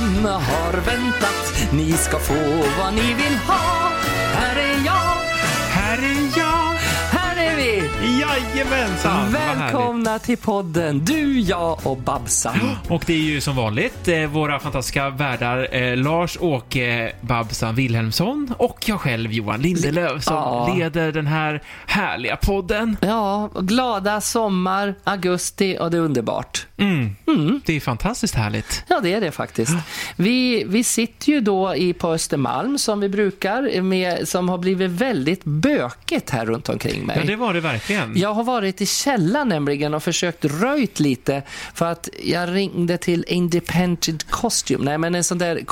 Babsan har väntat. Ni ska få vad ni vill ha. Här är jag. Här är jag. Här är vi. Jajamensan. Välkomna till podden. Du, jag och Babsan. Och det är ju som vanligt våra fantastiska värdar Lars-Åke Babsan Wilhelmsson och jag själv Johan Lindelöf som leder den här härliga podden. Ja, glada sommar, augusti och det är underbart. Det är fantastiskt härligt. Ja, det är det faktiskt. Vi sitter ju då på Östermalm som vi brukar med, som har blivit väldigt bökigt här runt omkring mig. Ja, det var det verkligen. Jag har varit i källaren nämligen och försökt röjt lite för att jag ringde till Independent Costume. Nej, men en sån där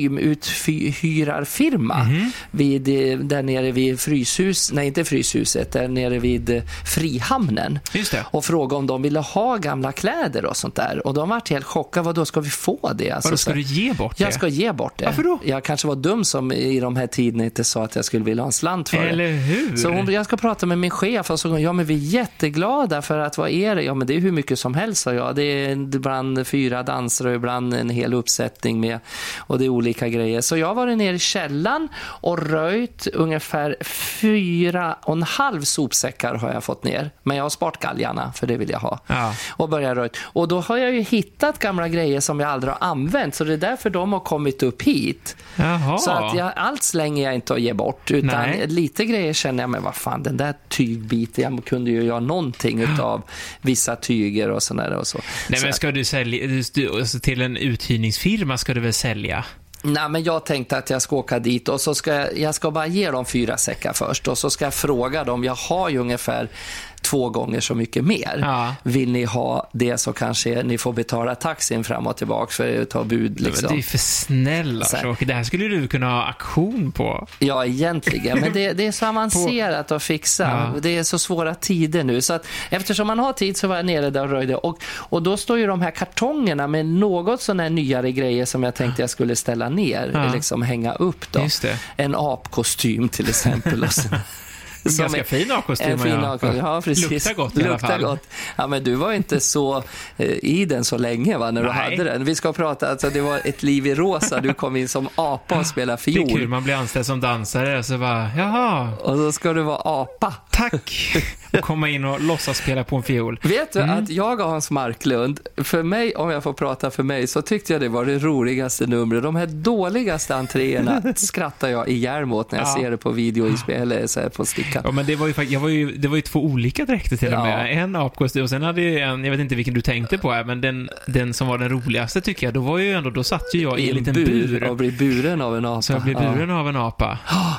kostymuthyrarfirma där nere vid Fryshus, nej inte Fryshuset, där nere vid Frihamnen. Just det. Och frågade om de ville ha gamla kläder och sånt där. Och de var helt chockade, vad då ska vi få det? Alltså, ska du ge bort det? Jag ska ge bort det. Varför då? Jag kanske var dum som i de här tiderna inte sa att jag skulle vilja ha en slant för Eller det. hur? Så jag ska prata med min chef och så ja men vi är jätteglada för att vad är det? Ja men det är hur mycket som helst sa jag. Det är ibland 4 dansare och ibland en hel uppsättning med och det är olika grejer. Så jag var nere i källan och röjt ungefär 4,5 sopsäckar har jag fått ner. Men jag har sparat galgarna för det vill jag ha. Ja. Och börjat röjt. Och då har jag ju hittat gamla grejer som jag aldrig har använt. Så det är därför de har kommit upp hit. Jaha. Så att allt slänger jag inte att ge bort. Utan lite grejer känner jag, men vad fan, den där tygbiten, jag kunde ju göra någonting utav vissa tyger och sådär och så. Nej, men ska du sälja till en uthyrningsfirma ska du väl sälja? Nej, men jag tänkte att jag ska åka dit och så ska jag ska bara ge dem 4 säckar först och så ska jag fråga dem, jag har ju ungefär 2 gånger så mycket mer. Ja. Vill ni ha det så kanske ni får betala taxin fram och tillbaka för att ta bud. Liksom. Det är för snälla saker. Det här skulle du kunna ha auktion på. Ja, egentligen. Men det är så avancerat att fixa. Ja. Det är så svåra tider nu. Så att eftersom man har tid så var jag nere där och röjde. Och då står ju de här kartongerna med något sån här nyare grejer som jag tänkte jag skulle ställa ner. Liksom hänga upp då. Just det. En apkostym till exempel. Och så. Ganska fin A-kostym. En fin A-kostym, ja precis. Luktar gott i alla fall. Gott. Ja, men du var inte så i den så länge va, när du hade den. Vi ska prata, alltså det var ett liv i rosa. Du kom in som apa och spela fiol. Det är kul, man blir anställd som dansare och så bara, jaha. Och då ska du vara apa. Tack. Och komma in och låtsas spela på en fiol. Vet du att jag och Hans Marklund, för mig, om jag får prata för mig, så tyckte jag det var det roligaste numret. De här dåligaste entréerna skrattar jag ihjäl åt när jag ser det på video eller så här på stickan. Ja, men det var ju det var ju 2 olika dräkter till och med. En apkostym och sen hade ju en, jag vet inte vilken du tänkte på här, men den som var den roligaste tycker jag, då satt ju jag i en liten bur. Och blev buren av en apa. Så jag blev buren av en apa.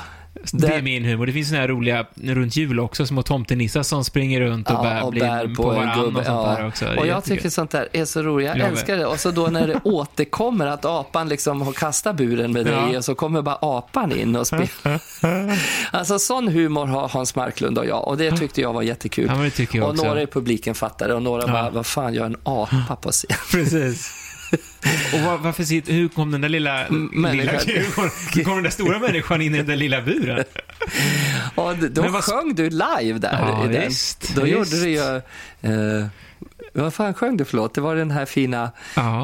Det är min humor. Det finns såna här roliga runt jul också, små tomtenissar som springer runt och bär på varann och sånt där också. Och jag tycker sånt där är så roligt. Jag älskar det. Och så då när det återkommer att apan liksom har kastat buren med dig och så kommer bara apan in och spelar. Alltså sån humor har Hans Marklund och jag. Och det tyckte jag var jättekul. Ja, men det tycker jag också. Och några i publiken fattade och några bara, vad fan, jag är en apa på scen. Precis. Och hur kom den där lilla hur kom den där stora människan in i den där lilla buren? Och då sjöng du live där i den. Visst, då gjorde du ju vad fan sjöng du, förlåt? Det var den här fina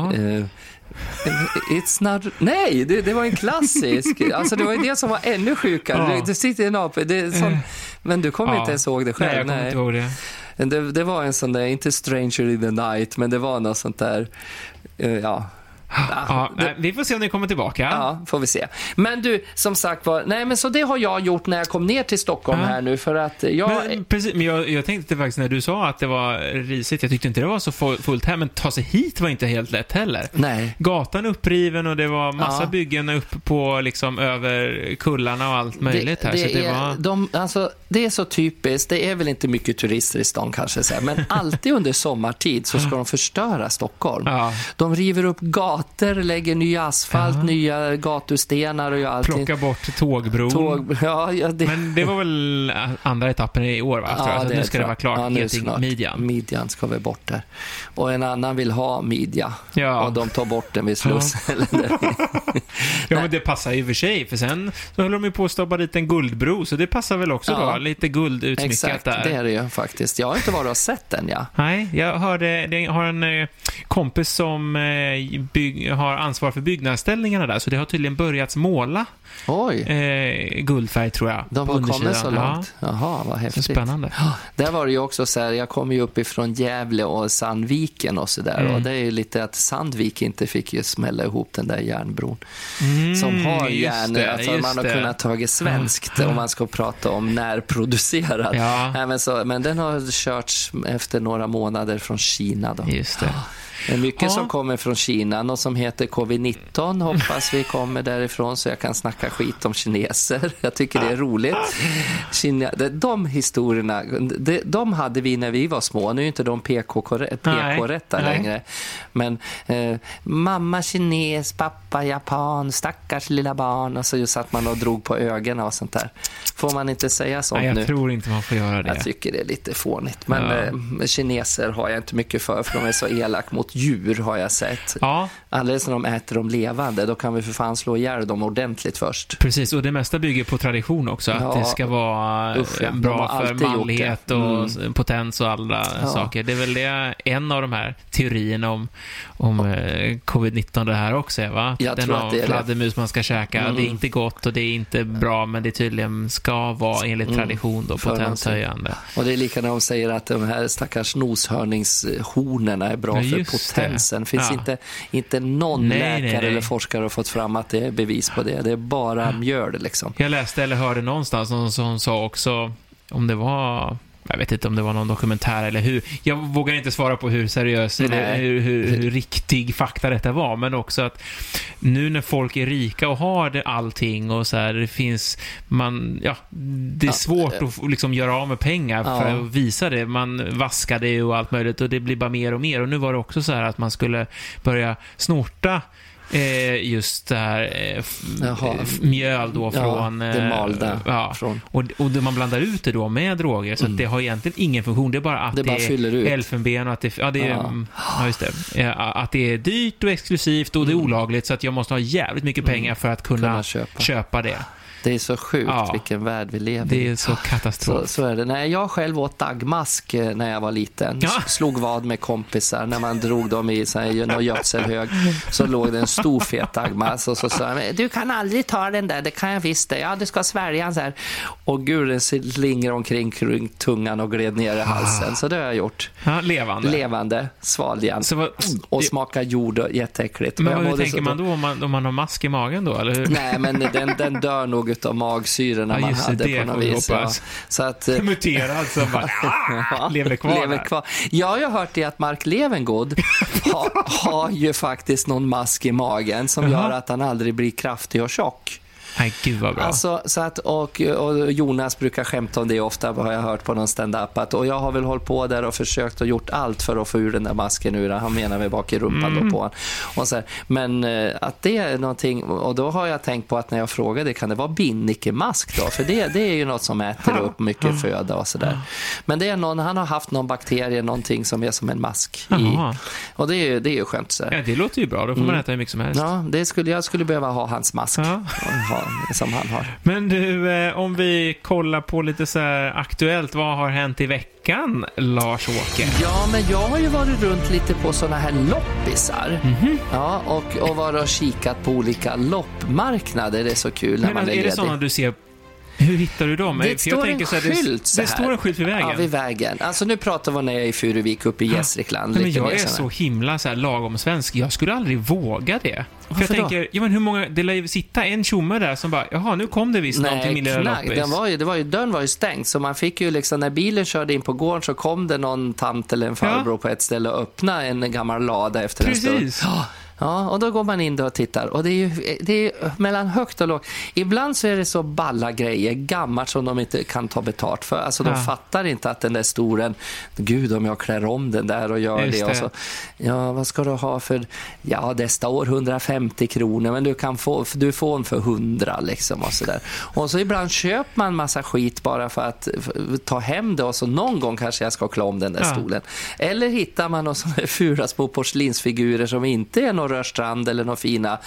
It's not... Nej, det var en klassisk. Alltså det var ju det som var ännu sjukare. Det sitter en apa. Men du kommer inte ens ihåg det själv. Nej, jag kommer inte ihåg det. Det var en sån där, inte Stranger in the Night, men det var något sånt där. Vi får se om ni kommer tillbaka. Ja, får vi se. Men du, som sagt var, men så det har jag gjort när jag kom ner till Stockholm här nu, för att men jag tänkte faktiskt när du sa att det var risigt, jag tyckte inte det var så fullt här, men ta sig hit var inte helt lätt heller. Nej. Gatan uppriven och det var massa byggen upp på liksom över kullarna och allt möjligt här. Det är så typiskt. Det är väl inte mycket turister i stan kanske, men alltid under sommartid så ska de förstöra Stockholm. Ja. De river upp gator, lägger ny asfalt, nya gatustenar och allting. Plocka bort tågbron. Men det var väl andra etappen i år, va? Ja, nu ska det vara klart. Midjan ska vi bort där. Och en annan vill ha midja. Ja. Och de tar bort den vid Slussen. Ja, men det passar ju för sig. För sen så håller de ju på att stoppa dit en guldbro. Så det passar väl också då. Lite guld utsmyckat. Exakt, där. Det är det ju faktiskt. Jag har inte varit och sett den, Nej, jag har en kompis som har ansvar för byggnadsställningarna där, så det har tydligen börjat måla guldfärg, tror jag. De har kommit så långt. Jaha, vad häftigt. Så spännande. Där var det ju också så här, jag kom ju uppifrån Gävle och Sandviken och så där, och det är ju lite att Sandvik inte fick ju smälla ihop den där järnbron som har järn, alltså man har kunnat tagit svenskt om man ska prata om närproducerad. Men den har körts efter några månader från Kina då. Just det. Det är mycket som kommer från Kina, något som heter COVID-19, hoppas vi kommer därifrån så jag kan snacka skit om kineser. Jag tycker det är roligt. De historierna, de hade vi när vi var små. Nu är inte de PK-rätta längre. Men mamma kines, pappa japan, stackars lilla barn. Och så satt man och drog på ögonen och sånt där. Får man inte säga sånt nu? Jag tror inte man får göra det. Jag tycker det är lite fånigt. Men kineser har jag inte mycket för de är så elak mot djur, har jag sett. Alldeles när de äter dem levande, då kan vi för fan slå ihjäl dem ordentligt först. Precis, och det mesta bygger på tradition också. Att det ska vara bra för manlighet och potens och alla saker. Det är väl det, en av de här teorierna om covid-19 det här också, va? Jag den tror att det är fladdermus man ska käka. Det är inte gott och det är inte bra, men det tydligen ska vara enligt tradition då potenshöjande. Och det är lika när de säger att de här stackars noshörningshornerna är bra för potensen. Det finns inte någon läkare eller forskare har fått fram att det är bevis på det. Det är bara mjöl liksom. Jag läste eller hörde någonstans någon som sa också, om det var, jag vet inte om det var någon dokumentär eller hur, jag vågar inte svara på hur seriös eller hur riktig fakta detta var, men också att nu när folk är rika och har allting och så här, det finns det är svårt att liksom göra av med pengar för att visa det, man vaskar det och allt möjligt och det blir bara mer och mer, och nu var det också så här att man skulle börja snorta just det här mjöl då från det malda och man blandar ut det då med droger, så att det har egentligen ingen funktion, det är bara att det är elfenben och att det att det är dyrt och exklusivt och det är olagligt, så att jag måste ha jävligt mycket pengar för att kunna köpa det. Det är så sjukt vilken värld vi lever i. Det är så katastrof. Så är det. Nej, jag själv åt dagmask när jag var liten. Slog vad med kompisar. När man drog dem i någon gödselhög så låg det en stor fet dagmask. Och så sa jag, du kan aldrig ta den där. Det kan jag visst det. Ja, du ska svälja så här. Och gud, den slingar omkring tungan och gled ner i halsen. Så det har jag gjort. Ja, levande. Svaljan. Och smaka jord och jätteäckligt. Men hur tänker man då om man har mask i magen då? Eller hur? Nej, men den dör nog av magsyrorna man hade det, på något vis. Så att muterad som bara lever kvar. Jag har ju hört det att Mark Levengood har ju faktiskt någon mask i magen som gör att han aldrig blir kraftig och tjock. Nej, gud vad bra. Alltså, så att, och Jonas brukar skämta om det ofta, har jag hört på någon stand-up, och jag har väl hållit på där och försökt och gjort allt för att få ur den där masken ur. Han menar väl bak i rumpan då på han. Och så här, men att det är någonting, och då har jag tänkt på att när jag frågade, kan det vara binnikemask då? För det är ju något som äter upp mycket föda och sådär. Men det är någon, han har haft någon bakterie, någonting som är som en mask i. Och det är ju skönt så. Ja, det låter ju bra, då får man äta hur mycket som helst. Ja, jag skulle behöva ha hans mask. Som han har. Men du, om vi kollar på lite så här aktuellt, vad har hänt i veckan, Lars-Åke? Ja, men jag har ju varit runt lite på såna här loppisar. Ja, och varit och kikat på olika loppmarknader. Det är så kul när man är det sådana du ser? Hur hittar du dem? Det står en skylt så här. Det står en skylt vid vägen? Ja, vid vägen. Alltså nu pratar vi när jag är i Furuvik uppe i Gästrikland. Men jag är så himla så här lagom svensk. Jag skulle aldrig våga det. För jag tänker, men hur många, det lär ju sitta en tjomme där som bara, jaha, nu kom det visst någon till min lilla loppis. Dörren var ju stängt, så man fick ju liksom, när bilen körde in på gården så kom det någon tant eller en farbror på ett ställe och öppna en gammal lada efter en stund. Ja, och då går man in där och tittar. Och det är mellan högt och lågt. Ibland så är det så balla grejer, gammalt, som de inte kan ta betalt för. Alltså de fattar inte att den där storen, gud om jag klär om den där och gör det. Och så, ja, vad ska du ha för, ja, det står 150 kronor, men du får en för 100 liksom och så där. Och så ibland köper man massa skit bara för att ta hem det, och så någon gång kanske jag ska klä om den där stolen. Eller hittar man några sådana fula små porslinsfigurer som inte är några någon Rörstrand eller någon fina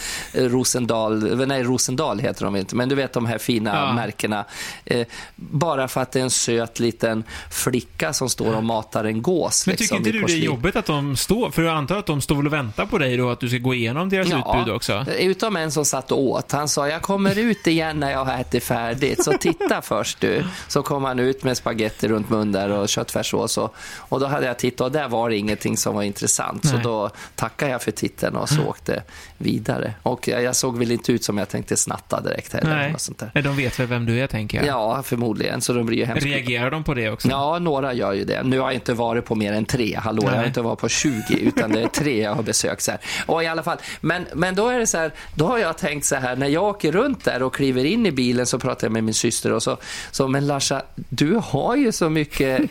Rosendal heter de inte, men du vet de här fina märkena. Bara för att det är en söt liten flicka som står och matar en gås. Men tycker inte du det är jobbigt att de står, för jag antar att de står och väntar på dig då, att du ska gå igenom deras utbud också? Utom en som satt och åt. Han sa, jag kommer ut igen när jag har ätit färdigt, så titta först du. Så kom han ut med spaghetti runt mun där och köttfärssås och då hade jag tittat och där var det ingenting som var intressant. Så då tackade jag för titeln och så åkte vidare. Och jag såg väl inte ut som jag tänkte snatta direkt heller. Nej, sånt där. De vet väl vem du är, tänker jag. Ja, förmodligen. Så de blir ju hemskt. Reagerar de på det också? Ja, några gör ju det. Nu har jag inte varit på mer än 3. Jag har inte varit på 20, utan det är 3 jag har besökt så här. Och i alla fall, men då är det så här, då har jag tänkt så här, när jag åker runt där och kliver in i bilen så pratar jag med min syster och så men Larsa, du har ju så mycket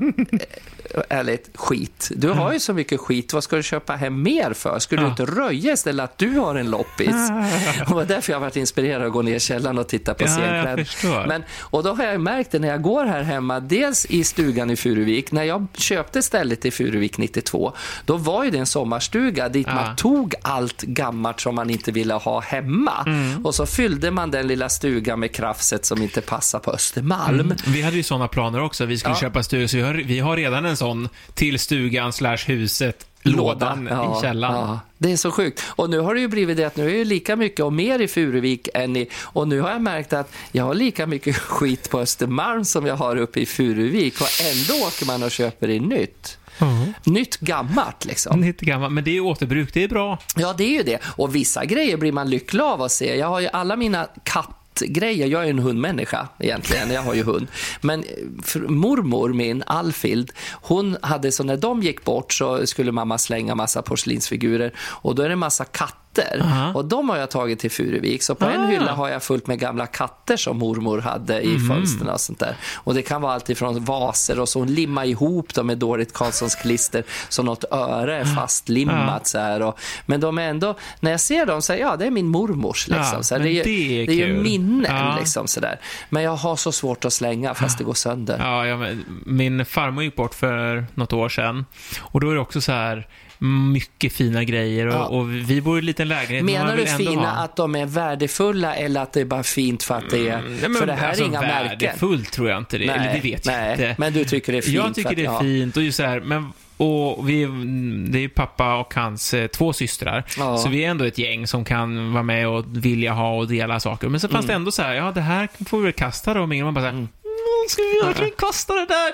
ärligt skit. Du har ju så mycket skit. Vad ska du köpa hem mer för? Skulle du inte röja istället att du har en loppis? Och det var därför jag varit inspirerad att gå ner i källaren och titta på scenkläder. Och då har jag märkt det när jag går här hemma, dels i stugan i Furuvik, när jag köpte stället i Furuvik 92, då var ju det en sommarstuga dit man tog allt gammalt som man inte ville ha hemma. Och så fyllde man den lilla stugan med krafset som inte passar på Östermalm. Vi hade ju sådana planer också. Vi skulle köpa stuga, så vi har redan en sån till stugan /huset lådan i källaren. Ja, det är så sjukt. Och nu har det ju blivit det att nu är det lika mycket och mer i Furuvik än i... Och nu har jag märkt att jag har lika mycket skit på Östermalm som jag har uppe i Furuvik. Och ändå åker man och köper i nytt. Nytt gammalt liksom. Nytt gammalt, men det är återbruk, det är bra. Ja, det är ju det. Och vissa grejer blir man lycklig av att se. Jag har ju alla mina grejer. Jag är en hundmänniska egentligen, jag har ju hund. Men mormor min, Alfild, hon hade så när de gick bort så skulle mamma slänga massa porslinsfigurer och då är det en massa katter. Och de har jag tagit till Furuvik. Så på en hylla har jag fullt med gamla katter som mormor hade i fönstren och sånt där. Och det kan vara allt ifrån vaser och så hon limmar ihop dem med Dorit Karlssons klister så något öre är fastlimmat så här. Men de är ändå, när jag ser dem så här, det är min mormors liksom. Så här, det är ju minnen liksom så där. Men jag har så svårt att slänga fast det går sönder. Men min farmor gick bort för något år sedan och då är det också så här mycket fina grejer och vi bor i en liten lägenhet. Menar du fina att de är värdefulla eller att det är bara fint för att det är för det här är inga märken? Värdefullt tror jag inte det. Eller det vet jag inte. Men du tycker det är fint? Jag tycker det är fint och just så här, men och det är pappa och hans 2 systrar. Så vi är ändå ett gäng som kan vara med och vilja ha och dela saker. Men så fanns det ändå så här, det här får vi väl kasta då. Och man bara så här, ska vi verkligen kasta det där?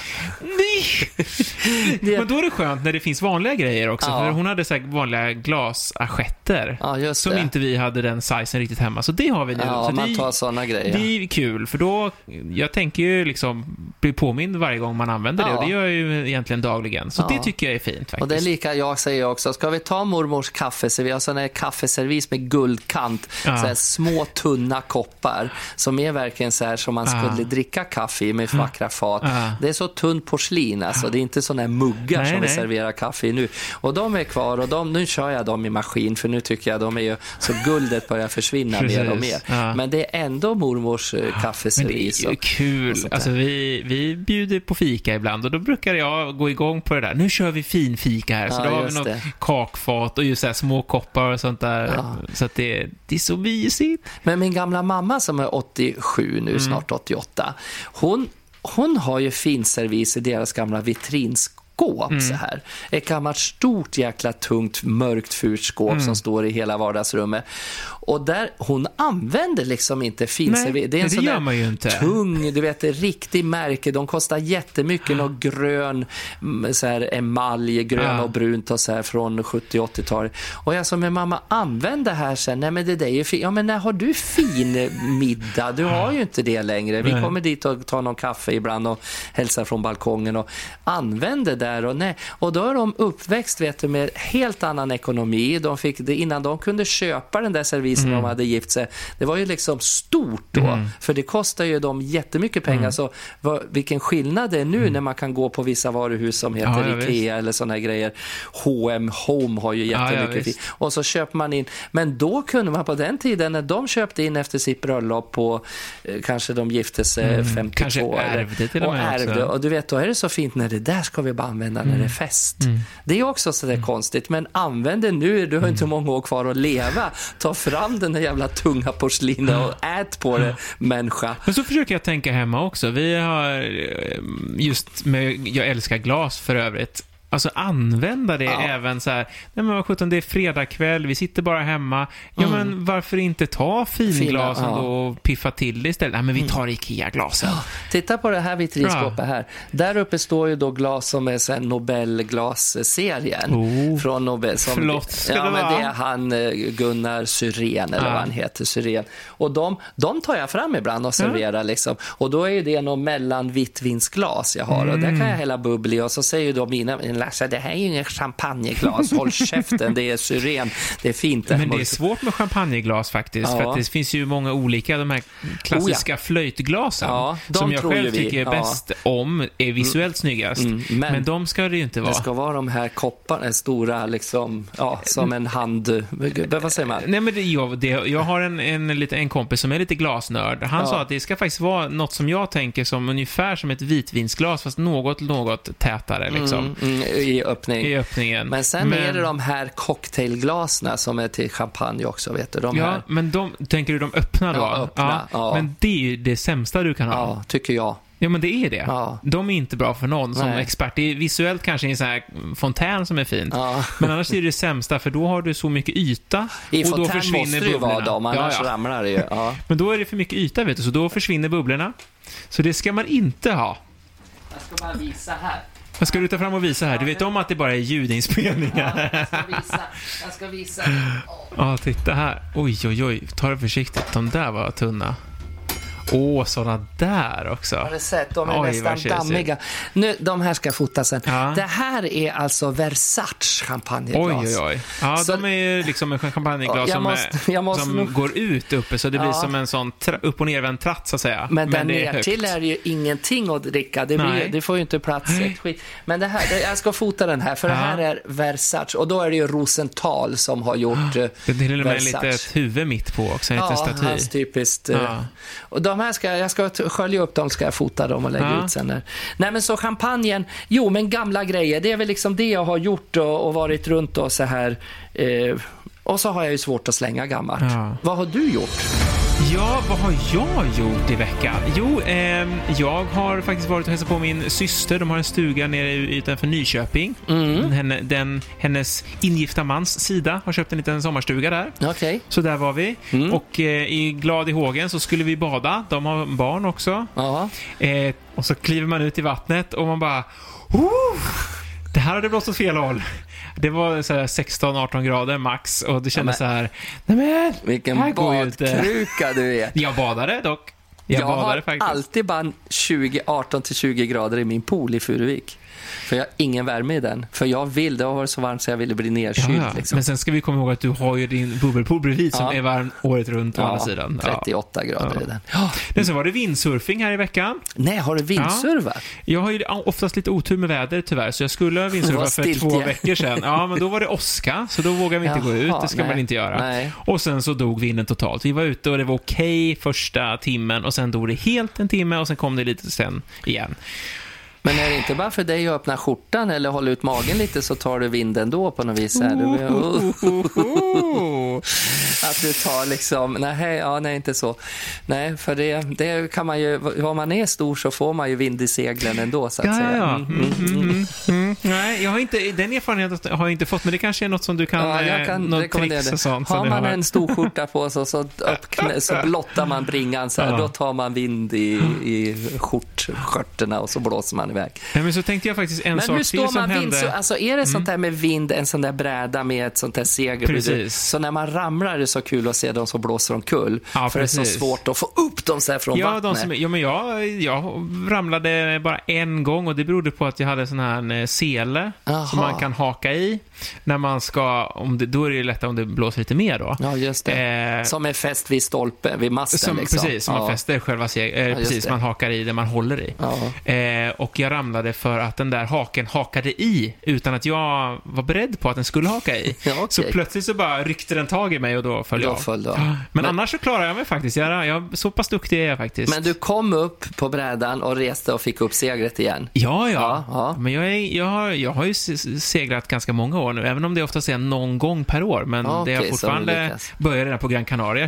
Nej. Men då är det skönt när det finns vanliga grejer också. För hon hade så här vanliga glasaschetter som inte vi hade den sizen riktigt hemma. Så det har vi nu. Ja, så man tar såna grejer. Det är kul, för då jag tänker ju liksom bli påmind varje gång man använder det. Och det gör jag ju egentligen dagligen. Så det tycker jag är fint faktiskt. Och det är lika jag säger också. Ska vi ta mormors kaffe så vi har sån här kaffeservis med guldkant. Så här små tunna koppar som är verkligen så här som man skulle dricka kaffe med vackra fat. Det är så tunn porslin alltså. Det är inte såna här muggar som vi serverar kaffe i nu. Och de är kvar och nu kör jag dem i maskin för nu tycker jag de är ju så guldet börjar försvinna mer och mer. Men det är ändå mormors kaffeservis. Men det är kul. Alltså vi bjuder på fika ibland och då brukar jag gå igång på det där. Nu kör vi fin fika här. Så då har vi något kakfat och just så här små koppar och sånt där. Så att det är så mysigt. Men min gamla mamma som är 87 nu, snart 88, hon har ju fin servis i deras gamla vitrinskåp så här. Ett gammalt stort jäkla tungt mörkt fult skåp som står i hela vardagsrummet. Och där hon använder liksom inte finservis. Det är en sån där tung, du vet, en riktig märke. De kostar jättemycket någon grön så här emalj, grön och brunt och så här från 70-80-talet. Och jag som med mamma använder här sen, nej men det där är ju fint. Ja men när har du fin middag? Du har ju inte det längre. Vi kommer dit och tar någon kaffe ibland och hälsar från balkongen och använder där och då är de uppväxt vet du, med helt annan ekonomi. De fick det innan de kunde köpa den där servisen när de hade gift sig. Det var ju liksom stort då. För det kostar ju dem jättemycket pengar. Så vilken skillnad det är nu när man kan gå på vissa varuhus som heter Ikea eller såna här grejer. H&M Home har ju jättemycket och så köper man in. Men då kunde man på den tiden när de köpte in efter sitt bröllop på kanske de gifte sig 52 kanske ärvde till och du vet, då är det så fint när det där ska vi bara använda när det är fest. Det är också så där konstigt, men använd det nu, du har inte många år kvar att leva. Ta fram den där jävla tunga porslinet och ät på det, människa. Men så försöker jag tänka hemma också. Vi har just med, jag älskar glas för övrigt. Alltså använda det även så här, nej men vad sjutton, det är fredagkväll, vi sitter bara hemma. Ja men varför inte ta finglasen och piffa till det istället? Nej men vi tar IKEA-glasen. Titta på det här vitrinskåpet här. Där uppe står ju då glas som är så här Nobelglas-serien från Nobel. Som, Förlåt, ska det men vara? det är han Gunnar Syrén eller vad han heter, Syrén. Och de tar jag fram ibland och serverar liksom. Och då är ju det någon mellan vitvinsglas jag har och där kan jag hälla bubbel i och så säger ju då mina det här är ju inget champagneglas, håll käften, det är Syrén, det är fint. Men det är svårt med champagneglas faktiskt, för att det finns ju många olika, de här klassiska flöjtglasen som jag själv tycker är bäst om, är visuellt snyggast, men de ska det ju inte vara. Det ska vara de här kopparna, stora liksom, som en hand, vad säger man? Nej men jag har en kompis som är lite glasnörd, han sa att det ska faktiskt vara något som jag tänker som ungefär som ett vitvinsglas, fast något tätare liksom. I öppningen. Men sen är det de här cocktailglaserna som är till champagne också, vet du. Här. Men tänker du de öppna då? Öppna. Men det är ju det sämsta du kan ha. Ja, tycker jag. Ja, men det är det. Ja. De är inte bra för någon som expert. Det är visuellt kanske en sån här fontän som är fint. Ja. Men annars är det sämsta, för då har du så mycket yta. I och fontän då försvinner måste det ju vara dem, annars ramlar det ju. Ja. Men då är det för mycket yta, vet du, så då försvinner bubblorna. Så det ska man inte ha. Jag ska bara visa här. Vad ska du ta fram och visa här? Du vet om att det bara är ljudinspelningar. Ja, jag ska visa. Ja, titta här. Oj. Ta det försiktigt. De där var tunna. Sådana där också. Har du sett? De är nästan dammiga. Nu, de här ska fotas sen. Ja. Det här är alltså Versace champagneglas. Oj. Ja, så, de är liksom en champagneglas som går ut uppe, så det blir som en sån upp- och nervänd tratt så att säga. Men där ner till är det ju ingenting att dricka. Det får ju inte plats ett skit. Men det här, jag ska fota den här, för det här är Versace. Och då är det ju Rosenthal som har gjort det är till och med ett litet huvud mitt på också, en liten staty. Hans typiskt. Och de här jag ska skölja upp dem, ska jag fota dem och lägga ut sen. Nej men så champagnen, men gamla grejer, det är väl liksom det jag har gjort och varit runt och så här. Och så har jag ju svårt att slänga gammalt. Ja. Vad har du gjort? Ja, vad har jag gjort i veckan? Jo, jag har faktiskt varit och hälsat på min syster. De har en stuga nere utanför Nyköping. Hennes ingifta mans sida har köpt en liten sommarstuga där. Okay. Så där var vi. Och glad i hågen så skulle vi bada. De har barn också. Och så kliver man ut i vattnet och man bara... Det här hade blåst åt fel håll. Det var så här 16-18 grader max och det kändes så här, nej men vilken badkruka du är. Jag badade dock. Jag badade faktiskt. Alltid bara 18-20 grader i min pool i Furuvik. För jag har ingen värme i den. För det har varit så varmt så jag ville bli nedkyld. Liksom. Men sen ska vi komma ihåg att du har ju din bubbelpool bredvid som är varm året runt å andra sidan. 38 grader i den. Men så var det vindsurfing här i veckan. Nej, har du vindsurvat? Jag har ju oftast lite otur med väder tyvärr, så jag skulle ha vindsurvat för 2 veckor sedan. Ja, men då var det åska, så då vågar vi inte gå ut. Det ska man inte göra. Nej. Och sen så dog vinden totalt. Vi var ute och det var okej första timmen och sen dog det helt en timme och sen kom det lite sen igen. Men är det inte bara för dig att öppna skjortan eller hålla ut magen lite så tar du vinden då på något vis här? Att du tar liksom, nej inte så. Nej, för det kan man ju, om man är stor så får man ju vind i seglen ändå så att säga. Nej, jag har inte, den erfarenheten har jag inte fått, men det kanske är något som du kan, jag kan rekommendera det. Sånt, har man en stor skjorta på sig så blottar man bringan så här, då tar man vind i skjorterna och så blåser man iväg. Nej, men så tänkte jag faktiskt en sak till som hände. Alltså är det sånt där med vind, en sån där bräda med ett sånt där segel. Precis. Så när man ramlar är det så kul att se dem som blåser omkull. Ja, för precis. Det är så svårt att få upp dem så här från vattnet. Men jag ramlade bara en gång och det berodde på att jag hade sån här sele som man kan haka i när man ska, då är det lättare om det blåser lite mer då. Ja, just det. Som är fäst vid stolpen, vid masten liksom. Precis, som man fäster själva precis, man hakar i det man håller i. Och jag ramlade för att den där haken hakade i utan att jag var beredd på att den skulle haka i. Så plötsligt så bara ryckte den tag i mig och då föll jag av. Men annars så klarar jag mig faktiskt. Jag är så pass duktig är jag faktiskt. Men du kom upp på brädan och reste och fick upp segret igen. Ja. Men jag har ju seglat ganska många år nu, även om det oftast är någon gång per år. Men det är fortfarande började redan på Gran Canaria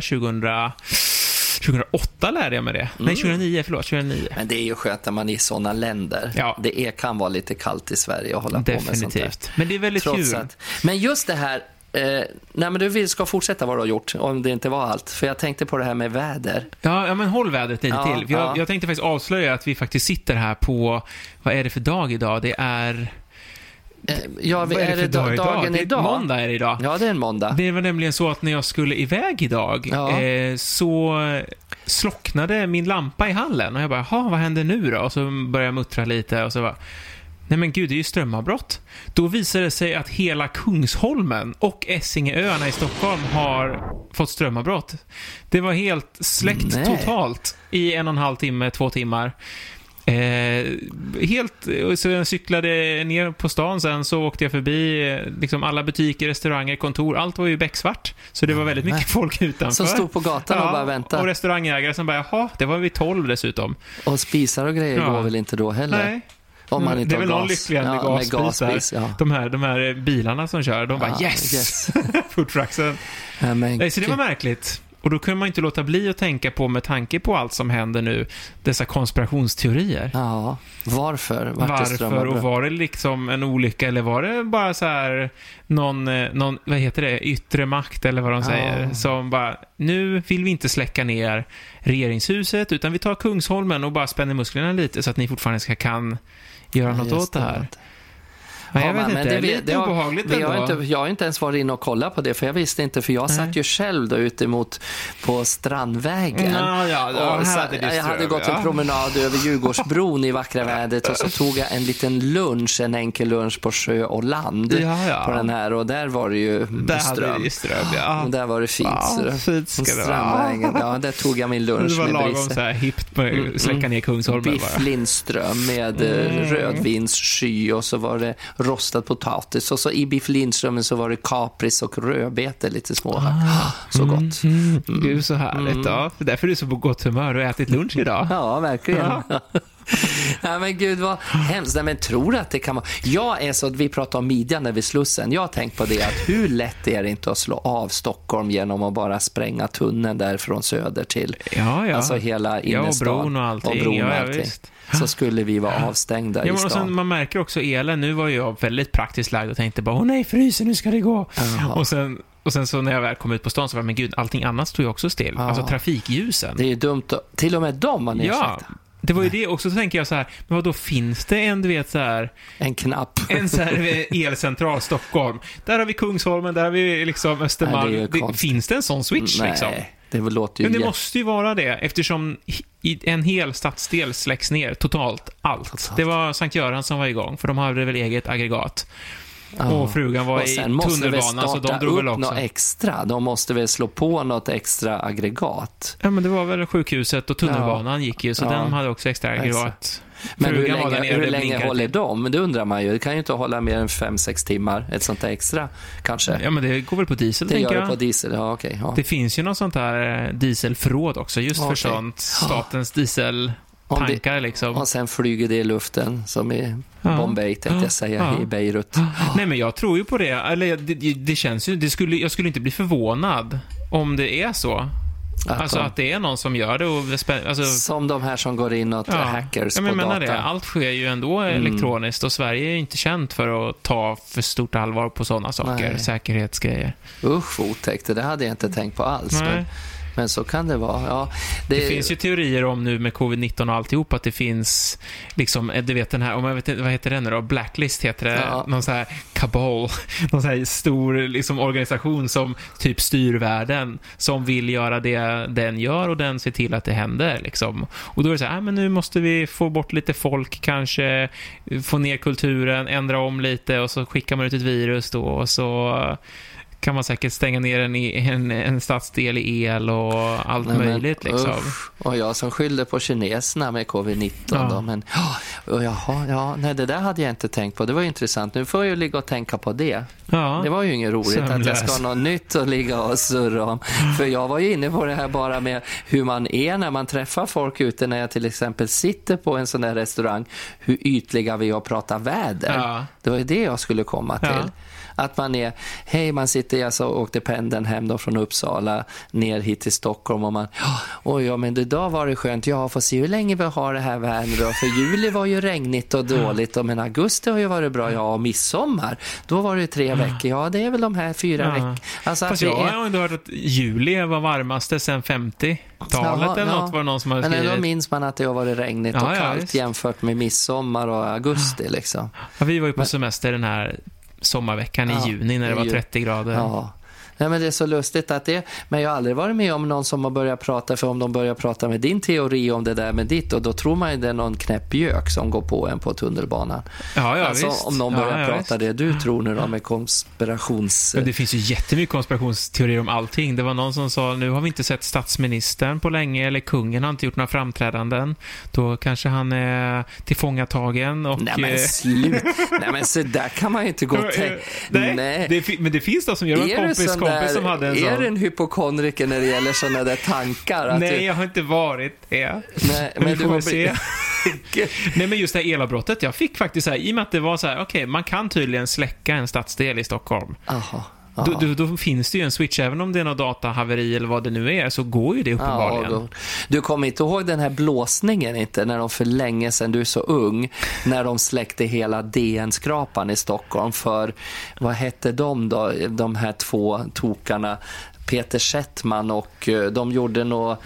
2008 lärde jag mig det. Nej, 2009. Men det är ju skönt när man är i sådana länder. Ja. Det kan vara lite kallt i Sverige och hålla på med sånt där. Men det är väldigt kul. Men just det här, nej men du ska fortsätta vad du har gjort om det inte var allt. För jag tänkte på det här med väder. Ja men håll vädret lite till. Jag tänkte faktiskt avslöja att vi faktiskt sitter här på, vad är det för dag idag? Det är... är det dagen idag? Måndag är det idag. Ja, det är en måndag. Det var nämligen så att när jag skulle iväg idag så slocknade min lampa i hallen. Och jag bara, vad händer nu då? Och så började jag muttra lite och så bara, nej men gud, det är ju strömavbrott. Då visade det sig att hela Kungsholmen och Essingeöarna i Stockholm har fått strömavbrott. Det var helt släckt totalt i 1,5 timme, 2 timmar. Så jag cyklade ner på stan, sen så åkte jag förbi liksom alla butiker, restauranger, kontor, allt var ju becksvart, så det var väldigt mycket folk utanför som stod på gatan och bara väntade, och restaurangägare som bara, det var vid 12 dessutom, och spisar och grejer går väl inte då heller. Nej. Om man inte det är väl någon lycklig med gasspis. De här bilarna som kör, de bara yes. Food trucksen. Så det var märkligt. Och då kunde man inte låta bli att tänka på, med tanke på allt som händer nu, dessa konspirationsteorier. Ja, varför och var det liksom en olycka, eller var det bara så här någon vad heter det, yttre makt eller vad de säger, som bara, nu vill vi inte släcka ner regeringshuset utan vi tar Kungsholmen och bara spänner musklerna lite så att ni fortfarande kan göra något åt det här. Men jag vet inte, det är lite obehagligt ändå. Jag har inte ens varit in och kollat på det, för jag visste inte, för jag satt ju själv då ute på Strandvägen. Jag hade gått en promenad över Djurgårdsbron i vackra vädret, och så tog jag en enkel lunch på Sjö och Land på den här, och där var det ju ström. Och där var det fint Strandvägen. Ja, där tog jag min lunch. Det var lagom så här hippt på släcka ner Kungsholmen. Biff Lindström med rödvinssky, och så var det rostad potatis, och så i Biff Lindström så var det kapris och rödbetor lite små. Så gott. Gud, så härligt. Ja. Därför är du så på gott humör och ätit lunch idag. Ja, verkligen. Ja, men gud vad hemskt. Nej, men tror du att det kan vara... Jag är så att vi pratar om midjan där vid Slussen. Jag har tänkt på det, att hur lätt är det inte att slå av Stockholm genom att bara spränga tunneln där från söder till alltså hela innerstan. Och bron och allting. Så skulle vi vara avstängda i stan. Och sen, man märker också elen. Nu var jag väldigt praktiskt lagd och tänkte bara, nej, fryser, nu ska det gå. Och sen så när jag väl kom ut på stan så var det, men gud, allting annat stod ju också still. Alltså trafikljusen. Det är ju dumt. Till och med dem har ni sagt. Det var ju det också, så tänker jag så här, men då finns det en, du vet så här, en knapp, en så här elcentral Stockholm. Där har vi Kungsholmen, där har vi liksom Östermalm. Finns det en sån switch? Nej, liksom? Det låter ju men det måste ju vara det, eftersom en hel stadsdel släcks ner totalt allt. Det var Sankt Göran som var igång, för de hade väl eget aggregat. Och frugan var i tunnelbanan, så de drog väl också något extra. De måste väl slå på något extra aggregat. Ja, men det var väl sjukhuset och tunnelbanan gick ju, så den hade också extra aggregat. Men hur länge håller de? Det undrar man ju. Det kan ju inte hålla mer än 5-6 timmar. Ett sånt där extra, kanske. Ja, men det går väl på diesel, tänker jag. Det gör det på diesel, okej. Det finns ju något sånt där dieselförråd också, just för sånt. Statens dieseltankar liksom. Och sen flyger det i luften, som i Bombay, tänkte jag säga, i Beirut. Nej, men jag tror ju på det. Eller det känns ju, jag skulle inte bli förvånad om det är så. Att det är någon som gör det. Och som de här som går in och hackers på data. Det. Allt sker ju ändå elektroniskt, och Sverige är inte känt för att ta för stort allvar på sådana saker. Säkerhetsgrejer. Usch, otäckt. Det hade jag inte tänkt på alls. Men så kan det vara. Ja, det finns ju teorier om nu med covid-19 och alltihop, att det finns liksom, du vet den här, om jag vet inte, vad heter den då? Blacklist heter det. Någon så här kabal, någon så här stor liksom organisation som typ styr världen, som vill göra det den gör, och den ser till att det händer liksom. Och då är det så här, men nu måste vi få bort lite folk, kanske få ner kulturen, ändra om lite, och så skickar man ut ett virus då, och så kan man säkert stänga ner en stadsdel i el och allt möjligt liksom. Och jag som skyllde på kineserna med covid-19 då, men nej, det där hade jag inte tänkt på. Det var ju intressant. Nu får jag ju ligga och tänka på det. Ja. Det var ju inget roligt att jag ska ha något nytt att ligga och surra om. För jag var ju inne på det här bara med hur man är när man träffar folk ute, när jag till exempel sitter på en sån där restaurang, hur ytliga vi är och pratar väder. Ja. Det var ju det jag skulle komma till. Ja. Att man är, man sitter, jag så åkte pendeln hem då från Uppsala ner hit till Stockholm och man, men idag var det skönt, får se hur länge vi har det här vädret då, för juli var ju regnigt och dåligt, men augusti har ju varit bra, och midsommar, då var det 3 veckor, det är väl de här 4 veckor. Alltså, fast jag har ändå hört att juli var varmaste sedan 50-talet eller något, var det någon som har skrivit. Men då minns man att det har varit regnigt och kallt jämfört med midsommar och augusti liksom. Ja, vi var ju på semester den här sommarveckan i juni när det var 30 grader. Ja. Nej, men det är så lustigt att men jag har aldrig varit med om någon som har börjat prata, för om de börjar prata med din teori om det där med ditt, och då tror man ju det är någon knäppjök som går på en på tunnelbanan. Alltså visst. Om någon börjar prata det du tror nu då med konspirations... Det finns ju jättemycket konspirationsteorier om allting. Det var någon som sa, nu har vi inte sett statsministern på länge, eller kungen har inte gjort några framträdanden. Då kanske han är tillfångatagen och... Nej men slut! Nej men så där kan man ju inte gå och tänka. Nej. Men det finns då som gör en kompis som hade en sån. Är det en hypokondriker när det gäller sådana där tankar? Att nej, jag har inte varit det. Nej, men du får se. Nej, men just det här elavbrottet, jag fick faktiskt så här, i och med att det var så här, okej, man kan tydligen släcka en stadsdel i Stockholm. Aha. Då finns det ju en switch, även om det är något datahaveri eller vad det nu är, så går ju det uppenbarligen. Du kommer inte ihåg den här blåsningen inte, när de för länge sedan, du är så ung, när de släckte hela DN-skrapan i Stockholm för, vad hette de då, de här 2 tokarna, Peter Settman, och de gjorde nog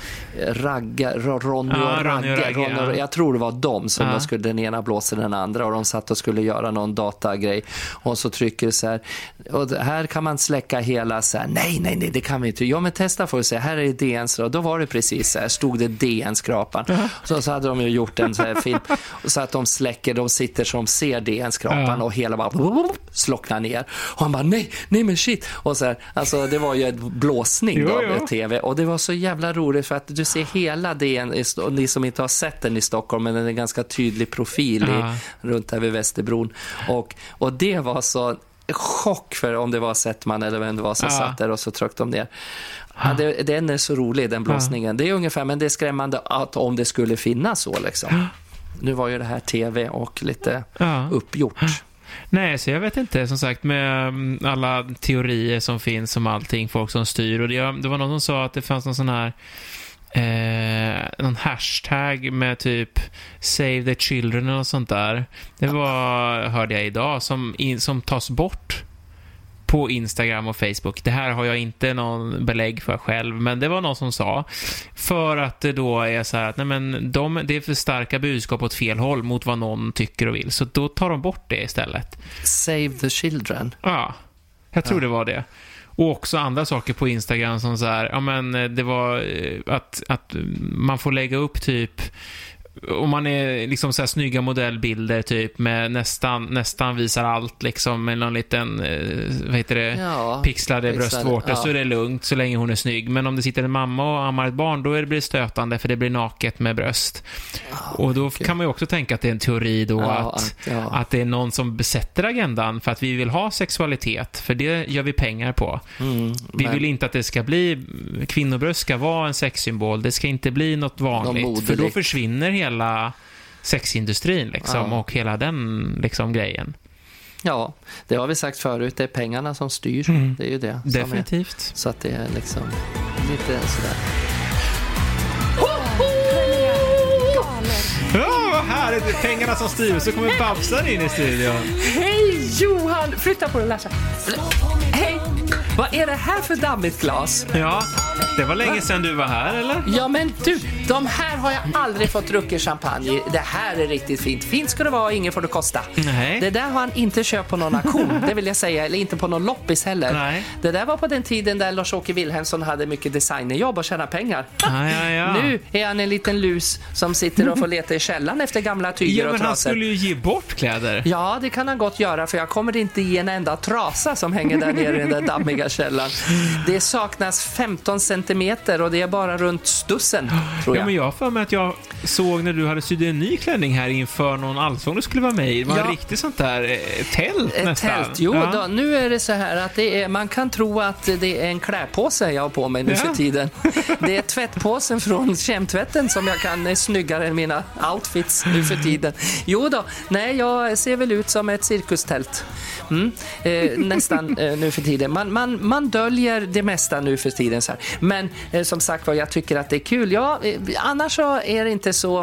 Ronny och Ragge. Jag tror det var de som då skulle, den ena blåsa den andra, och de satt och skulle göra någon datagrej, och så trycker det så här, och här kan man släcka hela så här, nej, det kan vi inte. Ja, men testa för att se, här är det DNs, och då var det precis så här, stod det DN-skrapan. Så hade de ju gjort en så här film, så att de släcker, de sitter som ser DN-skrapan och hela bara slocknar ner. Och han bara, nej men shit. Och så här, alltså det var ju ett blåsning då med tv, och det var så jävla roligt, för att du ser hela DN, ni som inte har sett den i Stockholm, men den är en ganska tydlig profil runt här vid Västerbron, och det var så chock för om det var Settman eller vem det var som satt där, och så tryckte de ner. Den är så rolig, den blåsningen. Det är ungefär, men det är skrämmande att om det skulle finnas så liksom. Nu var ju det här tv och lite uppgjort. Nej, så jag vet inte, som sagt, med alla teorier som finns om allting, folk som styr, och det var någon som sa att det fanns någon sån här någon hashtag med typ Save the Children och sånt där. Det hörde jag idag, som tas bort på Instagram och Facebook. Det här har jag inte någon belägg för själv, men det var någon som sa, för att det då är så här att det är för starka budskap åt fel håll mot vad någon tycker och vill, så då tar de bort det istället. Save the Children. Ja, jag tror det var det. Och också andra saker på Instagram som så här, det var att man får lägga upp typ, om man är liksom så här snygga modellbilder typ med nästan visar allt liksom, med någon liten pixlade bröstvårtor, så är det lugnt så länge hon är snygg. Men om det sitter en mamma och ammar ett barn, då blir det stötande, för det blir naket med bröst. Och då kan man ju också tänka att det är en teori då, att det är någon som besätter agendan för att vi vill ha sexualitet, för det gör vi pengar på. Vi vill inte att det ska bli, kvinnobröst ska vara en sexsymbol, det ska inte bli något vanligt, för då försvinner hela sexindustrin liksom, och hela den liksom grejen. Ja, det har vi sagt förut, det är pengarna som styr. Det är ju det. Definitivt. Så att det är liksom lite sådär. Vad härligt, pengarna som styr. Så kommer Babsan in i studion. Hej Johan, flytta på den, Larsa. Hej, vad är det här för dammigt glas? Ja, Det var länge sedan du var här, eller? Ja, men du, de här har jag aldrig fått drucka champagne. Det här är riktigt fint. Fint ska det vara, ingen får det kosta. Nej. Det där har han inte köpt på någon auktion, det vill jag säga. Eller inte på någon loppis heller. Nej. Det där var på den tiden där Lars-Åke Wilhelmsson hade mycket designerjobb och tjäna pengar. Ja. Nu är han en liten lus som sitter och får leta i källan efter gamla tyger och trasor. Men han skulle ju ge bort kläder. Ja, det kan han gott göra, för jag kommer inte i en enda trasa som hänger där nere i den där dammiga källan. Det saknas 15 centimeter och det är bara runt stussen, tror jag. Ja, men jag för mig att jag såg när du hade sytt en ny klänning här inför någon allsång du skulle vara med i. Det var en riktigt sånt där tält nästan. Tält, jo då, nu är det så här att man kan tro att det är en klädpåse jag har på mig nu för tiden. Det är tvättpåsen från kemtvätten som jag kan snyggare än mina outfits nu för tiden. Jo då, nej, jag ser väl ut som ett cirkustält. Nästan nu för tiden. Man döljer det mesta nu för tiden så här. Men som sagt var, jag tycker att det är kul. Ja, annars så är det inte så.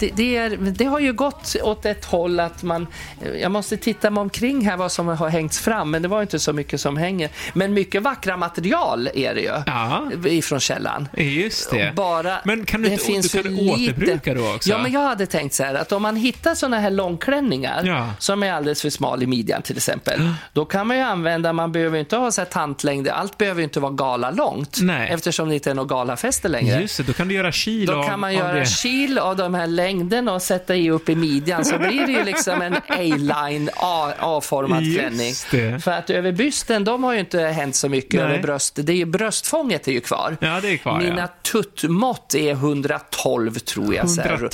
Det har ju gått åt ett håll att jag måste titta mig omkring här vad som har hängts fram, men det var inte så mycket som hänger. Men mycket vackra material är det ju ifrån källan. Just det. Men kan du återbruka då också? Ja, men jag hade tänkt så här att om man hittar såna här långklänningar som är alldeles för smal i midjan till exempel, då kan man ju använda, man behöver inte ha så här tantlängder, allt behöver inte vara gala långt. Nej. Eftersom det inte är några galafester längre. Just det, då kan du göra kil då kan man göra kil av de här längderna och sätta i upp i midjan, så blir det ju liksom en A-line A-formad klänning. För att över bysten, de har ju inte hänt så mycket. Över bröstet, det är ju bröstfånget är ju kvar. Ja, det är kvar. Mina tuttmått är 112 tror jag.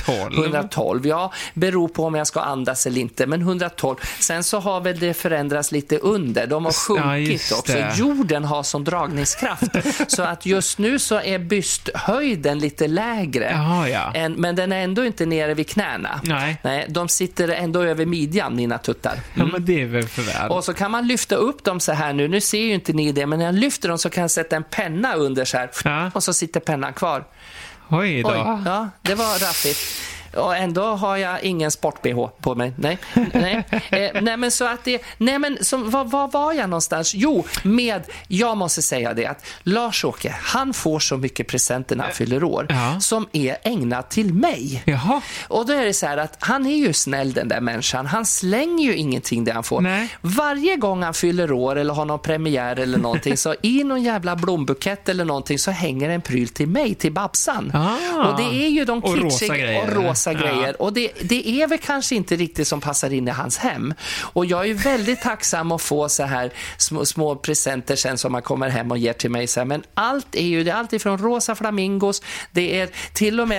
112, ja, beror på om jag ska andas eller inte, men 112. Sen så har väl det förändrats lite under. De har sjunkit också. Jorden har sån dragningskraft så att just nu så är bysthöjden lite lägre. Men den är ändå inte nere vid knäna. Nej, de sitter ändå över midjan, mina tuttar. Ja, men det är väl för väl. Och så kan man lyfta upp dem så här nu. Nu ser ju inte ni det, men när jag lyfter dem så kan jag sätta en penna under så här. Och så sitter pennan kvar. Oj då. Ja, det var raffigt. Och ändå har jag ingen sport-BH på mig. Nej. Nej, men så att det... Nej, men var var jag någonstans? Jo, jag måste säga det att Lars-Åke, han får så mycket presenter när han fyller år som är ägnat till mig. Jaha. Och då är det så här att han är ju snäll, den där människan. Han slänger ju ingenting det han får. Nej. Varje gång han fyller år eller har någon premiär eller någonting, så i någon jävla blombukett eller någonting så hänger en pryl till mig, till Babsan. Och det är ju de kixiga och rosa grejer. Och det är väl kanske inte riktigt som passar in i hans hem. Och jag är ju väldigt tacksam att få så här små presenter sen som man kommer hem och ger till mig. Så här. Men allt är ju, det är allt ifrån rosa flamingos, det är till och med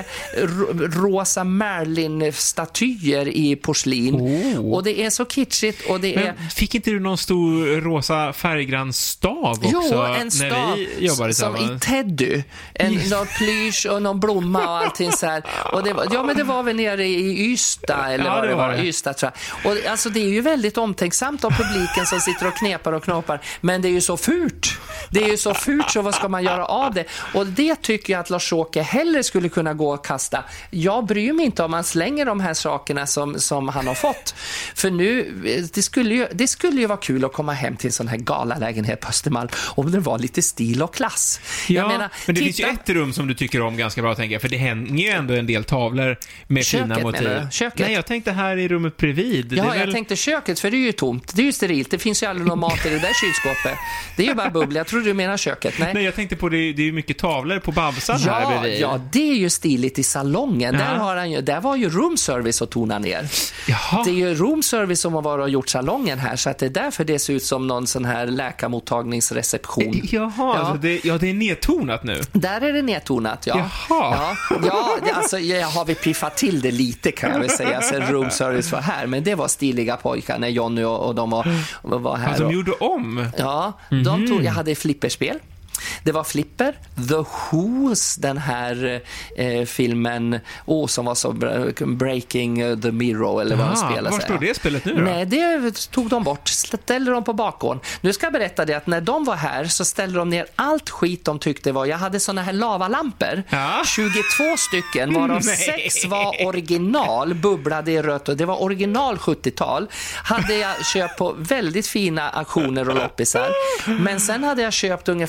rosa Merlin-statyer i porslin. Och det är så kitschigt. Och det fick inte du någon stor rosa färggrann stav också? Jo, en stav när vi jobbade som i Teddy. Någon plysch och någon blomma och allting så här. Och det var väl nere i Ystad eller vad det var. Ystad, tror jag. Och alltså det är ju väldigt omtänksamt av publiken som sitter och knepar och knåpar, men det är ju så fult. Det är ju så fult, så vad ska man göra av det? Och det tycker jag att Lars-Åke hellre skulle kunna gå och kasta. Jag bryr mig inte om man slänger de här sakerna som han har fått. För nu, det skulle ju vara kul att komma hem till en sån här galalägenhet på Östermalm om det var lite stil och klass. Ja, jag menar, men det finns ju ett rum som du tycker om ganska bra, tänker jag, för det hänger ju ändå en del tavlor med fina motiv. Köket. Nej, jag tänkte här i rummet bredvid. Ja, jag tänkte köket, för det är ju tomt. Det är ju sterilt. Det finns ju aldrig någon mat i det där kylskåpet. Det är ju bara bubbel. Jag tror du menar köket. Nej, jag tänkte på det är ju mycket tavlor på Babsan här bredvid. Ja, det är ju stiligt i salongen. Där var ju roomservice att tona ner. Jaha. Det är ju roomservice som har varit och gjort salongen här, så att det är därför det ser ut som någon sån här läkarmottagningsreception. Jaha, alltså det är nedtonat nu. Där är det nedtonat, ja. Jaha. Ja, alltså har vi piffat till det lite, kan jag väl säga, sen roomservice var här, men det var stiliga pojkar när Johnny och de var här. Alltså, de gjorde om? Ja, jag hade flipperspel. Det var Flipper, The Who's, den här filmen som var så Breaking the Mirror eller vad de spelade. Var står det spelet nu då? Nej, det tog de bort. Ställde de på bakgården. Nu ska jag berätta det att när de var här så ställde de ner allt skit de tyckte var. Jag hade såna här lavalampor. 22 stycken, varav 6 var original, bubblade i rött, och det var original 70-tal. Hade jag köpt på väldigt fina auktioner och loppisar. Men sen hade jag köpt ungefär 12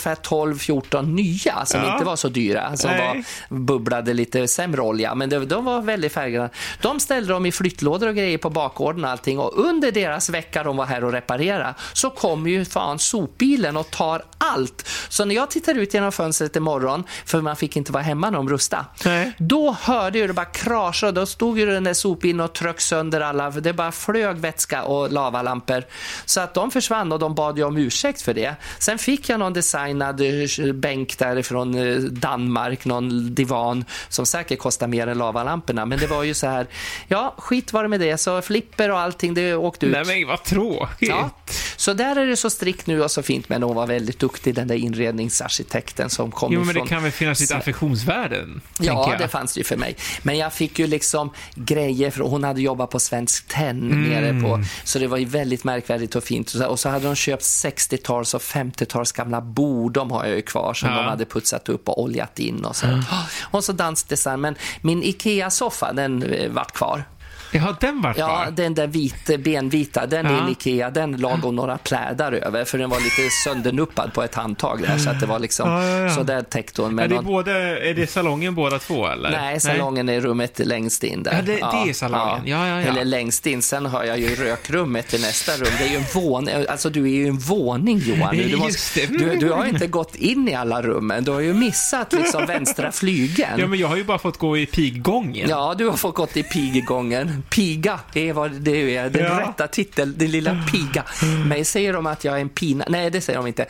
12-14 nya som inte var så dyra, som bubblade lite sämre olja, men de var väldigt färggranna. De ställde dem i flyttlådor och grejer på bakgården och allting, och under deras vecka de var här och reparera så kom ju fan sopbilen och tar allt. Så när jag tittar ut genom fönstret imorgon, för man fick inte vara hemma när de rustade, då hörde ju det bara krascha, och då stod ju den där sopbilen och tryck sönder alla, för det bara flög vätska och lavalampor, så att de försvann, och de bad ju om ursäkt för det. Sen fick jag någon designad bänk därifrån Danmark, någon divan som säkert kostar mer än lavalamporna, men det var ju så här, skit var det med det, så flipper och allting, det åkte ut. Nej men vad tråkigt. Ja. Så där är det så strikt nu och så fint, men hon var väldigt duktig, den där inredningsarkitekten som kom ifrån. Jo, men det kan väl finnas lite affektionsvärden? Ja, det fanns det ju för mig. Men jag fick ju liksom grejer, för hon hade jobbat på Svensk Tenn nere på, så det var ju väldigt märkvärdigt och fint. Och så hade de köpt 60-tals och 50-tals gamla bord, de har jag ju kvar, som de hade putsat upp och oljat in och så. Och så dansdesign, men min Ikea-soffa, den vart kvar. Ja, den var kvar. Ja, den där benvita, den är Ikea, den lagom några plädar över, för den var lite söndernuppad på ett handtag där, så att det var liksom så där täckte hon med är det salongen båda två eller? Nej, salongen är rummet längst in där. Ja, det är salongen. Ja. Eller längst in, sen har jag ju rökrummet i nästa rum. Det är ju en våning, alltså du är ju en våning, Johan. Du har inte gått in i alla rummen. Du har ju missat liksom vänstra flygeln. Ja, men jag har ju bara fått gå i piggången. Ja, du har fått gått i piggången. Piga är vad det är, den rätta titeln, den lilla piga. Men säger de att jag är en pina? Nej, det säger de inte.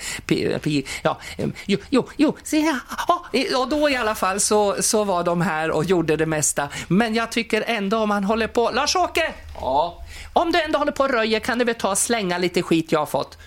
Och då i alla fall så var de här och gjorde det mesta. Men jag tycker ändå, om man håller på, Lars-Åke! Ja. Om du ändå håller på och röjer, kan du väl ta och slänga lite skit jag har fått?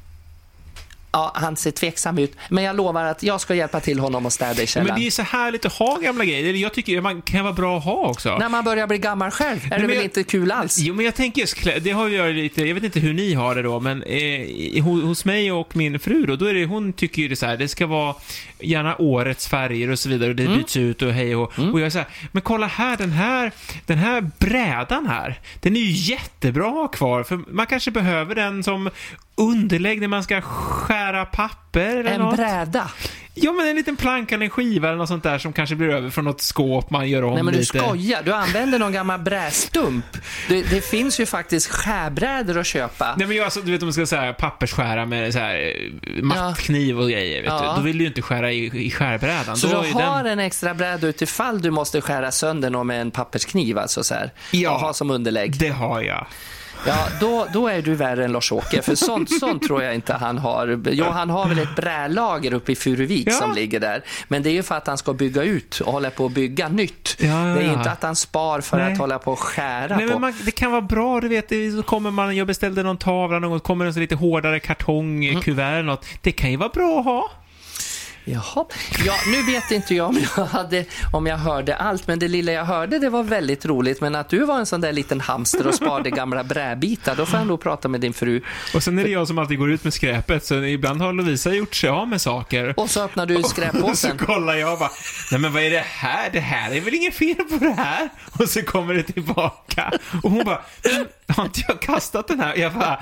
Ja, han ser tveksam ut. Men jag lovar att jag ska hjälpa till honom och städa i källaren. Men det är så härligt att ha gamla grejer. Jag tycker man kan vara bra att ha också. När man börjar bli gammal själv är det väl inte kul alls? Jo, men jag tänker, det har ju lite, jag vet inte hur ni har det då, men hos mig och min fru då är det, hon tycker ju det så här, det ska vara gärna årets färger och så vidare, och det byts ut och hej och jag är så här, men kolla här, den här brädan här, den är ju jättebra att ha kvar, för man kanske behöver den som underlägg när man ska skära papper eller en något. Bräda? Ja, men en liten planka eller en skiva eller något sånt där som kanske blir över från något skåp man gör om. Nej, men du lite. skojar. Du använder någon gammal brästump. Det finns ju faktiskt skärbrädor att köpa. Nej, men alltså, du vet om man ska säga pappersskära med så här mattkniv och grejer, vet du. Då vill du ju inte skära i skärbrädan. Så då du har en extra bräda utifall du måste skära sönder någon med en papperskniv, alltså så här. Ja, och ha som underlägg. Det har jag. Ja, då är du värre än Lars-Åke, för sånt tror jag inte han har. Jo, han har väl ett brälager uppe i Furuvik som ligger där. Men det är ju för att han ska bygga ut och hålla på att bygga nytt. Det är inte att han spar för att hålla på att skära på. Men det kan vara bra, du vet, så kommer jag beställde någon tavla, något kommer en så lite hårdare kartong, kuvert eller något. Det kan ju vara bra att ha. Jaha. Ja, nu vet inte jag om jag hörde allt, men det lilla jag hörde, det var väldigt roligt. Men att du var en sån där liten hamster och sparade gamla bräbitar, då får jag nog prata med din fru. Och sen är det jag som alltid går ut med skräpet, så ibland har Lovisa gjort sig av med saker. Och så öppnar du skräppåsen. Och så kollar jag och bara, nej men vad är det här? Det här är väl inget fel på det här? Och så kommer det tillbaka. Och hon bara, har inte jag kastat den här? Jag bara,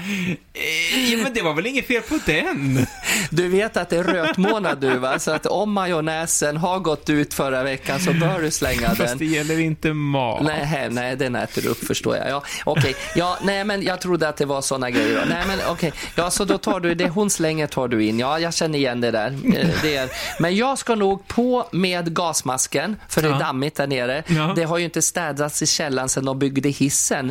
ja men det var väl inget fel på den? Du vet att det är rötmånad du, va? Så att om majonnäsen har gått ut förra veckan så bör du slänga den. Fast det gäller inte mat. Nej, den äter du upp, förstår jag. Ja, okej. Ja, nej, men jag trodde att det var såna grejer. Nej, men okej. Ja, så då tar du det hon slänger, tar du in. Ja, jag känner igen det där. Men jag ska nog på med gasmasken, för det är dammigt där nere. Ja. Det har ju inte städats i källan sedan de byggde hissen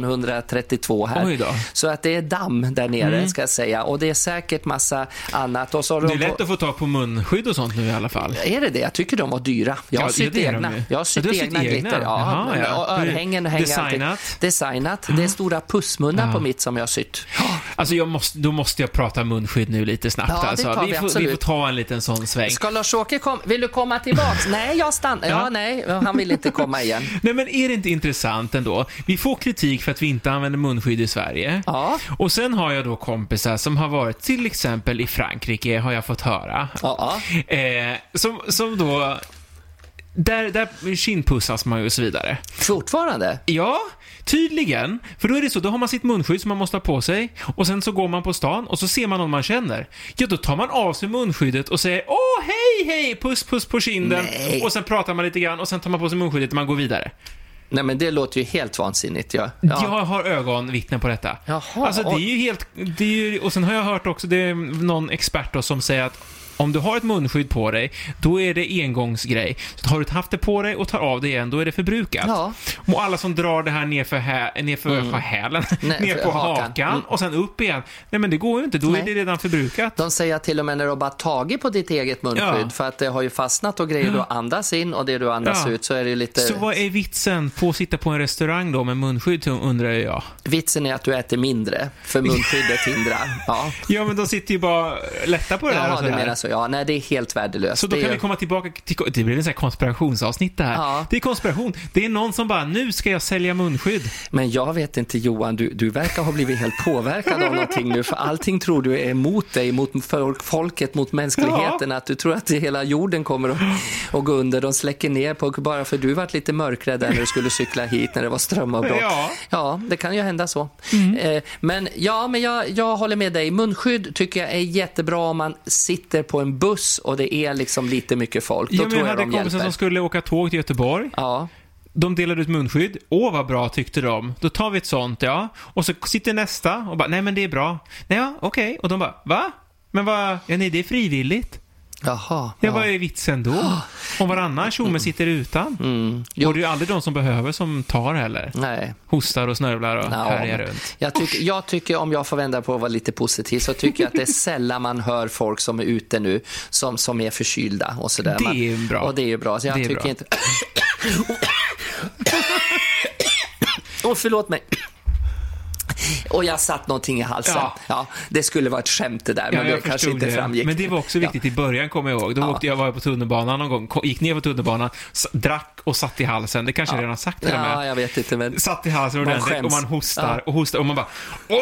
1932 här. Oj då. Så att det är damm där nere, ska jag säga. Och det är säkert massa annat. Och så det är lätt att få ta på munskydd och sånt nu i alla fall. Är det det? Jag tycker de var dyra. Jag har sytt egna. Jag har sytt egna glitter. Ja. Och örhängen hänger designat. Det är stora pussmunnar på mitt som jag har sytt. Alltså då måste jag prata munskydd nu lite snabbt. Ja, alltså. Vi får ta en liten sån sväng. Ska Lars-Åke vill du komma tillbaks? Nej, jag stannar. Ja, nej, han vill inte komma igen. Nej, men är det inte intressant ändå? Vi får kritik för att vi inte använder munskydd i Sverige. Ja. Och sen har jag då kompisar som har varit till exempel i Frankrike, har jag fått höra. Ja. Som då Där kindpussas man ju och så vidare. Fortfarande? Ja, tydligen. För då är det så, då har man sitt munskydd som man måste ha på sig. Och sen så går man på stan och så ser man någon man känner. Ja, då tar man av sig munskyddet och säger åh, hej, puss på kinden. Nej. Och sen pratar man lite grann och sen tar man på sig munskyddet och man går vidare. Nej, men det låter ju helt vansinnigt. Ja. Jag har ögonvittnen på detta. Jaha, alltså det är ju helt... och sen har jag hört också, det är någon expert då som säger att om du har ett munskydd på dig, då är det engångsgrej. Så har du haft det på dig och tar av det igen, då är det förbrukat. Ja. Och alla som drar det här nerför hälen, ner på hakan och sen upp igen. Nej, men det går ju inte, då är det redan förbrukat. De säger till och med när du bara tagit på ditt eget munskydd, för att det har ju fastnat och grejer du andas in och det du andas ut, så är det lite... Så vad är vitsen på att sitta på en restaurang då med munskydd, undrar jag? Vitsen är att du äter mindre, för munskyddet hindrar. Ja, men de sitter ju bara lätta på det där och så här. Så ja, nej, det är helt värdelöst. Så då kan vi komma tillbaka till... Det blir en sån här konspirationsavsnitt det här. Ja. Det är konspiration. Det är någon som bara, nu ska jag sälja munskydd. Men jag vet inte, Johan, du verkar ha blivit helt påverkad av någonting nu. För allting tror du är emot dig, mot folket, mot mänskligheten. Ja. Att du tror att hela jorden kommer att gå under. De släcker ner på, bara för du varit lite mörkrädd när du skulle cykla hit när det var strömavbrott. Ja, det kan ju hända så. Men jag håller med dig. Munskydd tycker jag är jättebra om man sitter på en buss och det är liksom lite mycket folk. Då tror jag hade kompisar som skulle åka tåg till Göteborg. Ja. De delade ut munskydd. Vad bra tyckte de. Då tar vi ett sånt, Och så sitter nästa och bara, nej men det är bra. Nej, okej. Och de bara, va? Men vad? Ja, nej, det är frivilligt. Jaha. Ja, vad är vitsen då? Om varannan tjomme sitter utan. Och det är ju aldrig de som behöver som tar heller. Nej. Hostar och snörvlar och härjar runt. Jag tycker, om jag får vända på att vara lite positiv, så tycker jag att det är sällan man hör folk som är ute nu som är förkylda och sådär. Det är ju bra. Och det är ju bra. Så jag tycker inte... Förlåt mig. Och jag satt någonting i halsen. Ja, det skulle vara ett skämt det där, men det kanske inte framgick. Men det var också viktigt i början, kommer jag ihåg. Då var jag på tunnelbanan någon gång, gick ner på tunnelbanan, drack och satt i halsen. Det kanske jag redan sagt det med. Ja, jag vet inte, men satt i halsen ordentligt och man hostar och hostar och man bara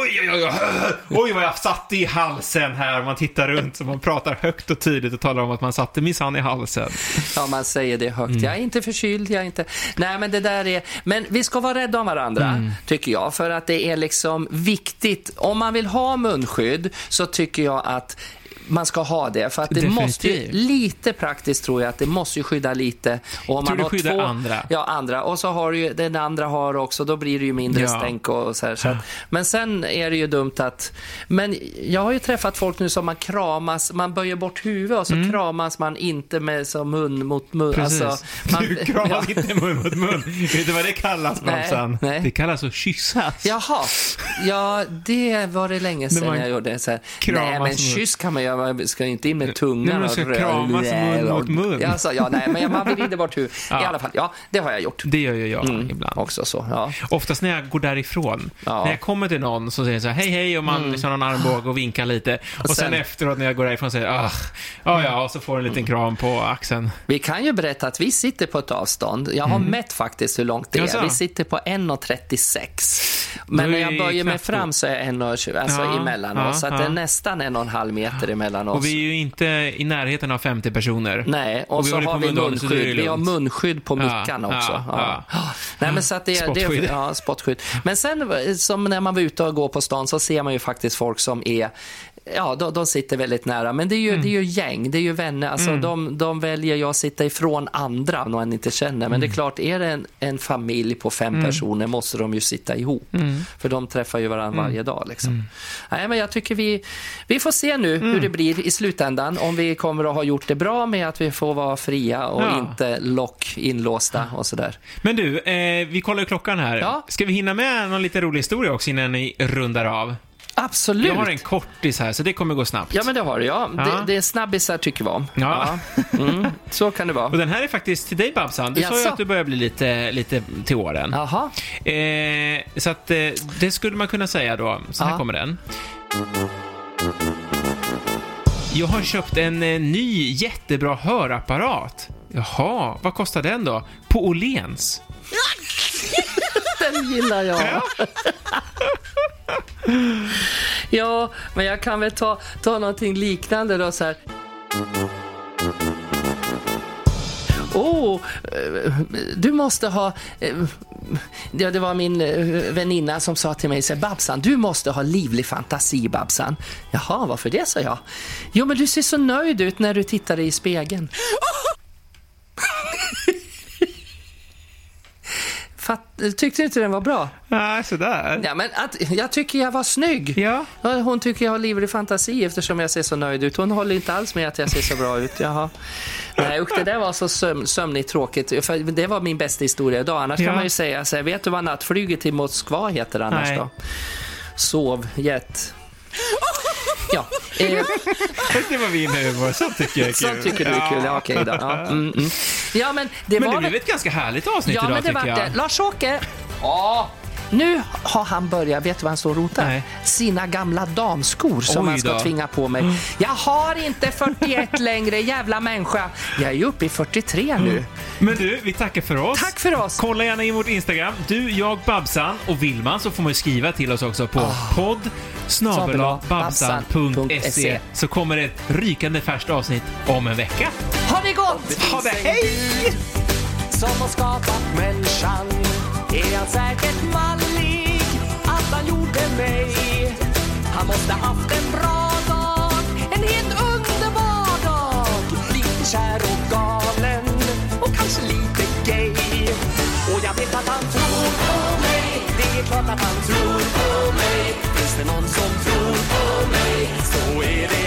oj vad jag satt i halsen här. Man tittar runt och man pratar högt och tydligt och talar om att man satte minsann i halsen. Ja, man säger det högt. Jag är inte förkyld, jag är inte... Nej, men det där är... Men vi ska vara rädda om varandra, tycker jag, för att det är liksom viktigt. Om man vill ha munskydd så tycker jag att man ska ha det, för att det måste ju, lite praktiskt tror jag att det måste ju skydda lite. Och om man har två andra. Ja, andra. Och så har du ju den andra har också, då blir det ju mindre stänk och så här. Så att, men sen är det ju dumt att, men jag har ju träffat folk nu som man kramas, man böjer bort huvudet och så kramas man inte med som mun mot mun. Alltså, du kramas inte mun mot mun. Vet du vad det kallas, Babsan? Nej. Det kallas att kyssas. Jaha. Ja, det var det länge sedan jag gjorde så här. Nej, men kyss kan man göra. Man ska inte in med tungan. Man ska kramas mun mot mun. Alltså, men man vrider bort huvudet. I alla fall, det har jag gjort. Det gör ju jag ibland. Också så, Oftast när jag går därifrån. När jag kommer till någon så säger jag så här, hej, och man kör någon armbåge och vinkar lite. Och sen efteråt när jag går därifrån säger och så får en liten kram på axeln. Vi kan ju berätta att vi sitter på ett avstånd. Jag har mätt faktiskt hur långt det är. Vi sitter på 1,36. Men när jag böjer mig fram så är jag 1,20, alltså emellan oss. Så att det är nästan 1,5 meter emellan oss. Och vi är ju inte i närheten av 50 personer. Nej, och så har vi munskydd. Vi har munskydd på mickarna också. Nej, men så att det är spottskydd. Men sen, som när man var ute och går på stan, så ser man ju faktiskt folk som är... Ja, de sitter väldigt nära. Men det är ju gäng, det är ju vänner. Alltså de väljer jag att sitta ifrån andra om man inte känner. Men det är klart, är det en familj på 5 personer måste de ju sitta ihop. För de träffar ju varandra varje dag liksom. Nej, men jag tycker vi får se nu hur det blir i slutändan. Om vi kommer att ha gjort det bra med att vi får vara fria och inte inlåsta och sådär. Men du, vi kollar ju klockan här. Ja. Ska vi hinna med någon lite rolig historia också innan ni rundar av? Absolut. Jag har en kortis här, så det kommer gå snabbt. Ja, men det har du, Det är snabbisar tycker vi om. Ja. Så kan det vara. Och den här är faktiskt till dig, Babsan. Du sa ju att du börjar bli lite till åren. Jaha. Så att det skulle man kunna säga då. Så här kommer den. Jag har köpt en ny jättebra hörapparat. Jaha, vad kostar den då? På Åhléns. Den gillar jag. Ja, men jag kan väl ta någonting liknande då så här. du måste ha... Det var min väninna som sa till mig, så Babsan, du måste ha livlig fantasi, Babsan. Jaha, varför det, sa jag. Jo, men du ser så nöjd ut när du tittar i spegeln. Tyckte du inte den var bra? Nej, sådär. Ja, men jag tycker jag var snygg. Ja. Hon tycker jag har livlig fantasi eftersom jag ser så nöjd ut. Hon håller inte alls med att jag ser så bra ut. Jaha. Nej, och det där var så sömnigt tråkigt. För det var min bästa historia idag. Annars kan man ju säga så här, vet du vad nattflyget till Moskva heter annars? Nej. Då? Sovjet. Ja. Det var min humor, så tycker jag är kul. Så tycker du är kul, ja, okej då. Ja, ja, men det blev ett ganska härligt avsnitt idag, tycker jag. Ja, men det var det. Lars-Åke. Ja. Nu har han börjat, vet du vad han står och rotar? Nej. Sina gamla damskor som han ska tvinga på mig. Jag har inte 41 längre, jävla människa. Jag är ju uppe i 43 nu. Men du, vi tackar för oss. Tack för oss. Kolla gärna in vårt Instagram. Du, jag, Babsan och Vilman, så får man ju skriva till oss också på podd@babsan.se, så kommer ett rykande färskt avsnitt om en vecka. Ha det gott! Ha det, hej! Som har skapat människan är han säkert mallig att han gjorde mig. Han måste haft en bra dag, en helt underbar dag. Lite kär och galen och kanske lite gay. Och jag vet att han tror på mig, det är klart att han tror på mig. Finns det någon som tror på mig så är det